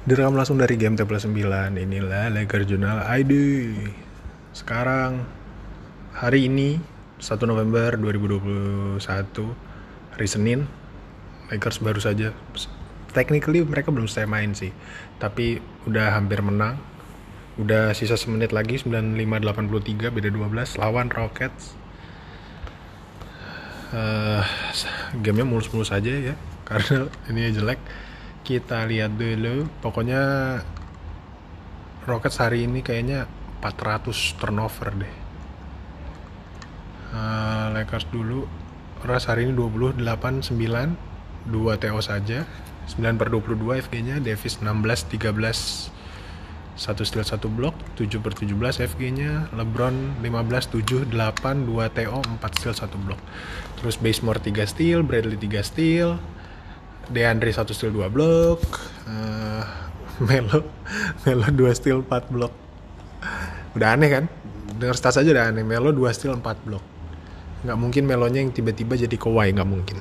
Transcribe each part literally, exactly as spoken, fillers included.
Direkam langsung dari Game T Plus sembilan. Inilah Lakers Journal I D. Sekarang hari ini satu November dua ribu dua puluh satu, hari Senin. Lakers baru saja, technically mereka belum selesai main sih, tapi udah hampir menang. Udah sisa semenit lagi, sembilan puluh lima delapan puluh tiga, beda dua belas lawan Rockets. uh, Gamenya mulus-mulus aja ya, karena ini jelek. Kita lihat dulu. Pokoknya Rockets hari ini kayaknya empat ratus turnover deh. uh, Lakers dulu, Ras hari ini dua puluh delapan sembilan, dua T O saja, sembilan per dua puluh dua F G nya. Davis enam belas tiga belas, satu steal satu block, tujuh per tujuh belas F G nya. LeBron lima belas tujuh delapan, dua T O, empat steal satu block. Terus Bazemore tiga steal, Bradley tiga steal, DeAndre satu steal dua block, uh, Melo Melo dua steal empat block. Udah aneh kan? Dengar stats aja udah aneh. Melo dua steal empat block. Nggak mungkin Melonya yang tiba-tiba jadi Kawhi, nggak mungkin.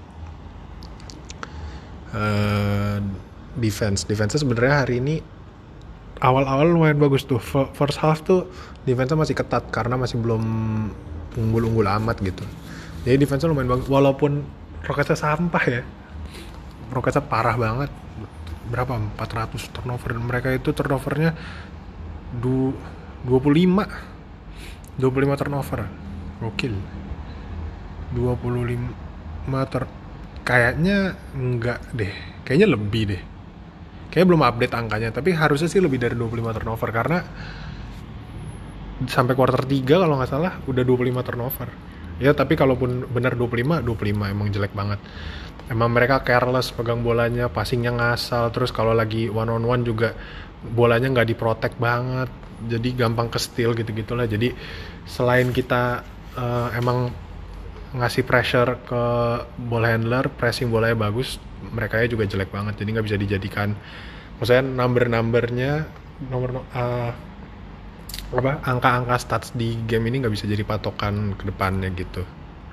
Uh, defense, defense sebenarnya hari ini awal-awal lumayan bagus tuh. First half tuh defense masih ketat karena masih belum unggul-unggul amat gitu. Jadi defense lumayan bagus walaupun Rockets sampah ya. Rockets parah banget. Berapa? empat ratus turnover. Mereka itu turnovernya dua puluh lima dua puluh lima turnover. Gokil. dua puluh lima ter kayaknya enggak deh. Kayaknya lebih deh. Kayaknya belum update angkanya, tapi harusnya sih lebih dari dua puluh lima turnover karena sampai quarter tiga kalau nggak salah udah dua puluh lima turnover. Ya tapi kalaupun benar dua puluh lima, dua puluh lima emang jelek banget. Emang mereka careless pegang bolanya, passingnya ngasal, terus kalau lagi one on one juga bolanya nggak diprotek banget, jadi gampang ke steal gitu-gitulah. Jadi selain kita uh, emang ngasih pressure ke ball handler, pressing bolanya bagus, mereka juga jelek banget, jadi nggak bisa dijadikan, maksudnya number-numbernya, nomor uh, apa angka-angka stats di game ini nggak bisa jadi patokan ke depannya gitu.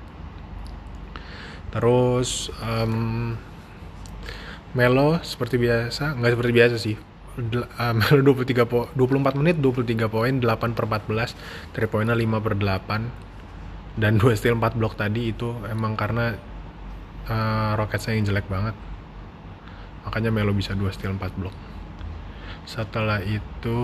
Terus um, Melo seperti biasa, nggak seperti biasa sih. Uh, Melo dua puluh tiga po- dua puluh empat menit, dua puluh tiga poin, delapan per empat belas, three pointnya lima per delapan, dan dua steal empat block tadi itu emang karena uh, Rocketsnya yang jelek banget. Makanya Melo bisa dua steal empat block. Setelah itu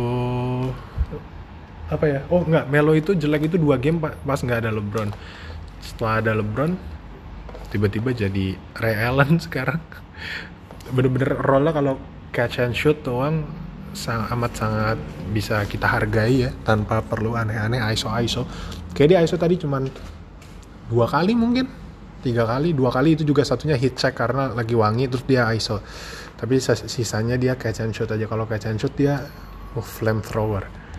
apa ya? Oh enggak, Melo itu jelek itu dua game pas nggak ada LeBron. Setelah ada LeBron, tiba-tiba jadi Ray Allen sekarang. Bener-bener role kalau catch and shoot doang sang, amat sangat bisa kita hargai ya, tanpa perlu aneh-aneh I S O I S O. Kayak dia I S O tadi cuman dua kali mungkin, tiga kali, dua kali itu juga satunya hit check karena lagi wangi terus dia I S O. Tapi sisanya dia catch and shoot aja. Kalau catch and shoot dia oh, flamethrower.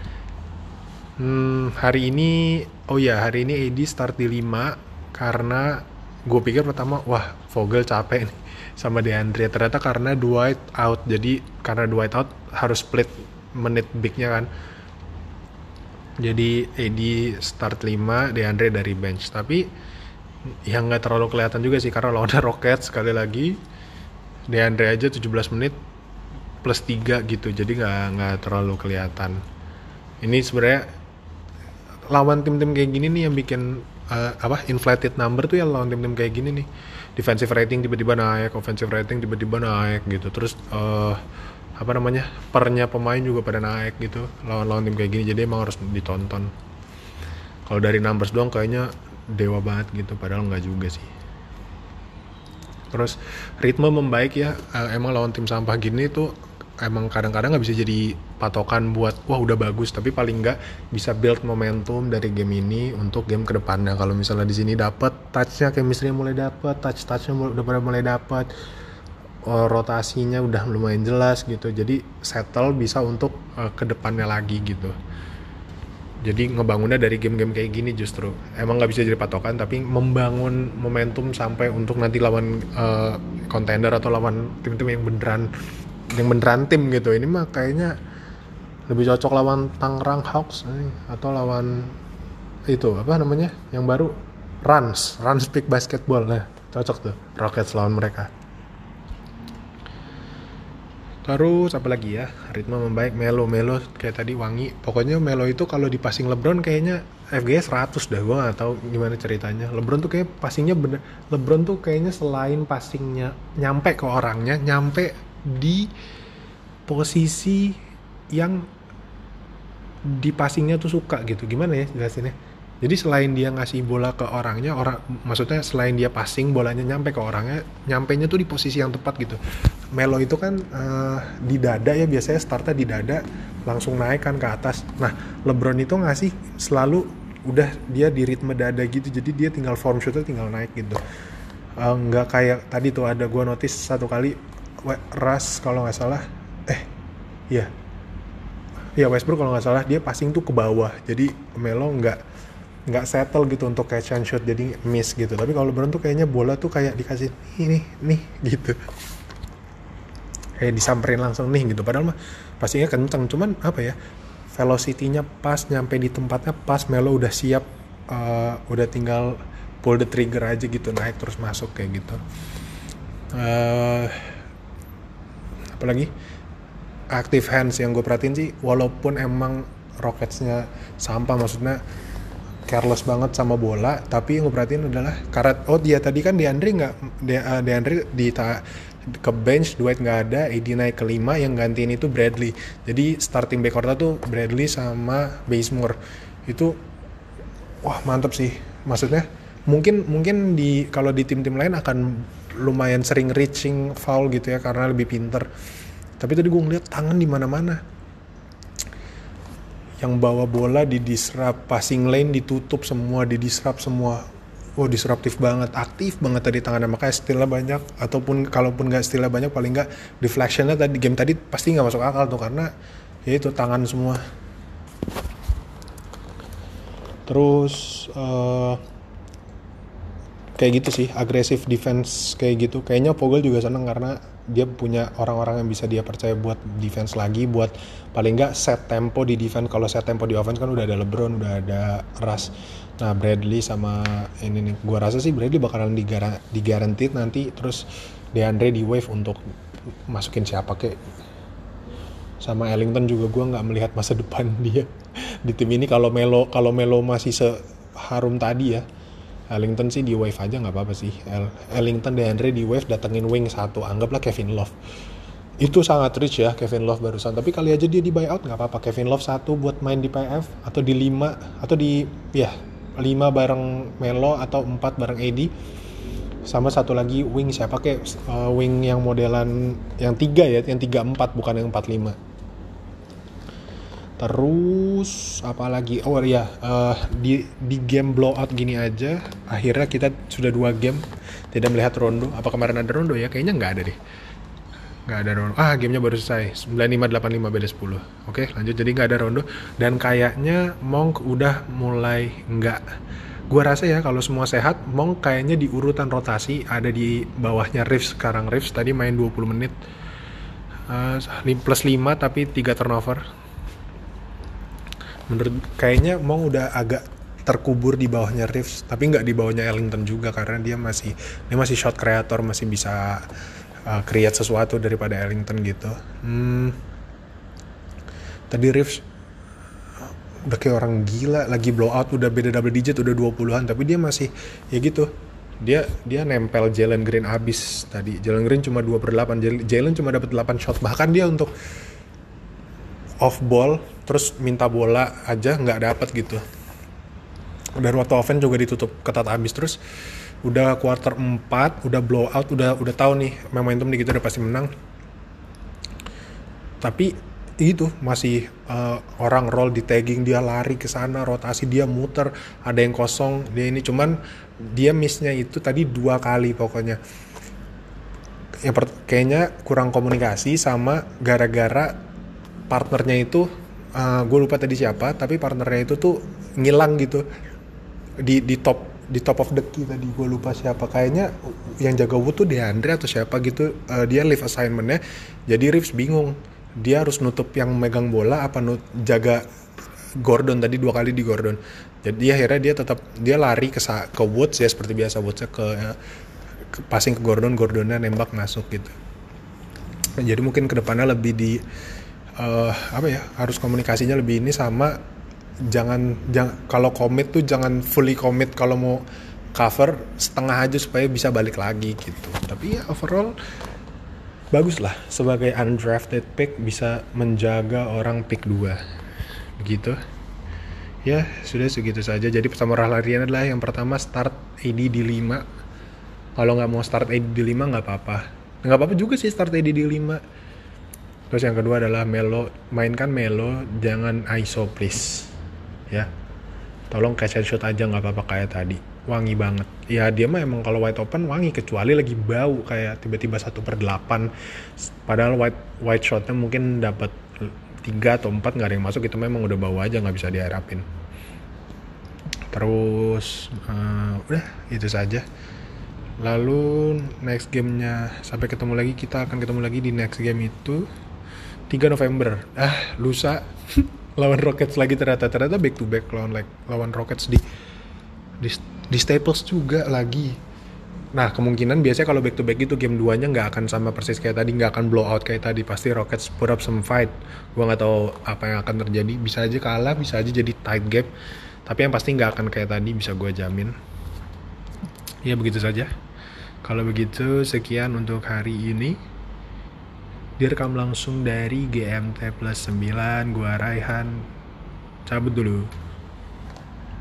Hmm, hari ini, oh ya hari ini A D start di lima karena gue pikir pertama, wah Vogel capek nih sama DeAndre. Ternyata karena Dwight out. Jadi karena Dwight out harus split menit big-nya kan. Jadi A D start lima, DeAndre dari bench. Tapi yang gak terlalu kelihatan juga sih karena lawan Rockets sekali lagi. DeAndre aja tujuh belas menit plus tiga gitu. Jadi gak, gak terlalu kelihatan. Ini sebenarnya lawan tim-tim kayak gini nih yang bikin uh, apa inflated number tuh ya, lawan tim-tim kayak gini nih. Defensive rating tiba-tiba naik, offensive rating tiba-tiba naik gitu. Terus uh, apa namanya, pernya pemain juga pada naik gitu lawan-lawan tim kayak gini. Jadi emang harus ditonton. Kalau dari numbers doang kayaknya dewa banget gitu, padahal nggak juga sih. Terus ritme membaik ya, uh, emang lawan tim sampah gini tuh emang kadang-kadang nggak bisa jadi patokan buat wah udah bagus, tapi paling nggak bisa build momentum dari game ini untuk game kedepannya. Kalau misalnya di sini dapat touchnya, chemistry mulai dapat, touch touchnya udah pada mulai dapat, oh, rotasinya udah lumayan jelas gitu, jadi settle bisa untuk uh, kedepannya lagi gitu. Jadi ngebangunnya dari game-game kayak gini justru emang nggak bisa jadi patokan, tapi membangun momentum sampai untuk nanti lawan uh, contender atau lawan tim-tim yang beneran yang beneran tim gitu. Ini mah kayaknya lebih cocok lawan Tangerang Hawks eh, atau lawan itu apa namanya yang baru Rans Rans Peak Basketball. Nah cocok tuh Rockets lawan mereka. Terus apa lagi ya? Ritme membaik, Melo, Melo kayak tadi wangi. Pokoknya Melo itu kalau di passing LeBron kayaknya F G S seratus dah. Gue nggak tahu gimana ceritanya. LeBron tuh kayak passingnya bener. LeBron tuh kayaknya selain passingnya nyampe ke orangnya, nyampe di posisi yang di passingnya tuh suka gitu. Gimana ya jelasinnya? Jadi selain dia ngasih bola ke orangnya, orang maksudnya selain dia passing bolanya nyampe ke orangnya, nyampenya tuh di posisi yang tepat gitu. Melo itu kan uh, di dada ya, biasanya startnya di dada langsung naik kan ke atas. Nah, LeBron itu ngasih selalu udah dia di ritme dada gitu, jadi dia tinggal form shootnya tinggal naik gitu. Uh, nggak kayak tadi tuh ada gue notice satu kali Russ kalau nggak salah, eh iya, ya Westbrook kalau nggak salah dia passing tuh ke bawah, jadi Melo nggak nggak settle gitu untuk catch and shoot, jadi miss gitu. Tapi kalau LeBron tuh kayaknya bola tuh kayak dikasih nih nih nih gitu, kayak disamperin langsung nih gitu. Padahal mah pastinya kenceng, cuman apa ya, velocity-nya pas, nyampe di tempatnya pas, Melo udah siap, uh, udah tinggal pull the trigger aja gitu, naik terus masuk kayak gitu. Uh, apalagi active hands yang gue perhatiin sih, walaupun emang Rockets-nya sampah, maksudnya careless banget sama bola, tapi yang gue perhatiin adalah karat. Oh dia tadi kan DeAndre nggak, DeAndre di ta, ke bench, Dwight nggak ada, A D naik ke lima, yang gantiin itu Bradley. Jadi starting backcourt tuh Bradley sama Bazemore. Itu wah mantep sih. Maksudnya mungkin mungkin di kalau di tim-tim lain akan lumayan sering reaching foul gitu ya karena lebih pinter. Tapi tadi gue ngeliat tangan di mana-mana. Yang bawa bola di disrupt, passing lane ditutup semua, di disrupt semua. Oh disruptif banget, aktif banget tadi tangannya, makanya steal-nya banyak, ataupun kalaupun nggak steal-nya banyak, paling nggak deflection-nya tadi game tadi pasti nggak masuk akal tuh, karena ya itu tangan semua. Terus uh, kayak gitu sih, agresif defense kayak gitu. Kayaknya Vogel juga seneng karena dia punya orang-orang yang bisa dia percaya buat defense lagi, buat paling nggak set tempo di defense. Kalau set tempo di offense kan udah ada LeBron, udah ada Russ. Nah Bradley sama ini nih, gue rasa sih Bradley bakalan digara- digarantit nanti. Terus DeAndre di wave untuk masukin siapa kek. Sama Ellington juga gue nggak melihat masa depan dia di tim ini. Kalau Melo kalau Melo masih seharum tadi ya, Ellington sih di wave aja nggak apa-apa sih. Ellington, DeAndre di wave, datengin wing satu, anggaplah Kevin Love. Itu sangat rich ya Kevin Love barusan, tapi kali aja dia di buyout nggak apa-apa. Kevin Love satu buat main di P F, atau di lima, atau di ya lima bareng Melo, atau empat bareng A D, sama satu lagi wing siapa kayak uh, wing yang modelan yang tiga ya, yang tiga empat bukan yang empat lima. Terus apa lagi? Oh iya, uh, di di game blowout gini aja, akhirnya kita sudah dua game tidak melihat Rondo. Apa kemarin ada Rondo ya? Kayaknya nggak ada deh. Nggak ada Rondo. Ah, gamenya baru selesai. sembilan lima delapan lima beda sepuluh. Oke, lanjut. Jadi nggak ada Rondo. Dan kayaknya Monk udah mulai nggak. Gua rasa ya kalau semua sehat, Monk kayaknya di urutan rotasi ada di bawahnya Reeves sekarang. Reeves tadi main dua puluh menit. Uh, plus lima tapi tiga turnover. Menurut kayaknya Monk udah agak terkubur di bawahnya Reeves, tapi nggak di bawahnya Ellington juga karena dia masih dia masih shot creator, masih bisa uh, create sesuatu daripada Ellington gitu. Hmm, tadi Reeves udah kayak orang gila, lagi blowout, udah beda double digit, udah dua puluhan, tapi dia masih ya gitu. Dia dia nempel Jalen Green abis tadi. Jalen Green cuma dua per delapan, Jalen cuma dapat delapan shot. Bahkan dia untuk off ball terus minta bola aja nggak dapat gitu. Udah waktu offense juga ditutup ketat abis. Terus udah quarter empat, udah blowout, udah udah tahu nih momentum nih kita udah pasti menang. Tapi itu masih uh, orang roll di tagging, dia lari ke sana, rotasi, dia muter, ada yang kosong, dia ini cuman dia missnya itu tadi dua kali pokoknya. Yang per- kayaknya kurang komunikasi sama gara-gara partnernya itu uh, gue lupa tadi siapa, tapi partnernya itu tuh ngilang gitu di di top di top of the key tadi, gue lupa siapa, kayaknya yang jaga Wood tuh DeAndre atau siapa gitu. Uh, dia leave assignmentnya, jadi Reeves bingung dia harus nutup yang megang bola apa nut, jaga Gordon tadi dua kali di Gordon. Jadi akhirnya dia tetap dia lari ke ke Woods ya seperti biasa, Woodsnya ke, ke passing ke Gordon, Gordonnya nembak masuk gitu. Jadi mungkin kedepannya lebih di uh, apa ya, harus komunikasinya lebih ini, sama jangan jangan kalau komit tuh jangan fully commit, kalau mau cover setengah aja supaya bisa balik lagi gitu. Tapi ya overall bagus lah, sebagai undrafted pick bisa menjaga orang pick dua begitu. Ya sudah segitu saja. Jadi samurai larian adalah yang pertama, start A D di lima. Kalau nggak mau start A D di lima nggak apa-apa, nggak apa-apa juga sih start A D di lima. Terus yang kedua adalah Melo, mainkan Melo, jangan I S O please ya, tolong catch and shoot aja, nggak apa-apa kayak tadi, wangi banget ya. Dia mah emang kalau wide open wangi, kecuali lagi bau kayak tiba-tiba satu per delapan, padahal wide wide shotnya mungkin dapat tiga atau empat nggak ada yang masuk, itu memang udah bau aja, nggak bisa diharapin. Terus uh, udah itu saja. Lalu next gamenya, sampai ketemu lagi, kita akan ketemu lagi di next game itu tiga November, ah lusa lawan Rockets lagi, ternyata ternyata back to back lawan like lawan Rockets di di, di Staples juga lagi. Nah kemungkinan biasanya kalau back to back itu game duanya nggak akan sama persis kayak tadi, nggak akan blow out kayak tadi, pasti Rockets put up some fight. Gua nggak tahu apa yang akan terjadi, bisa aja kalah, bisa aja jadi tight game, tapi yang pasti nggak akan kayak tadi, bisa gue jamin. Ya begitu saja. Kalau begitu sekian untuk hari ini, direkam langsung dari G M T plus sembilan, gua Raihan cabut dulu.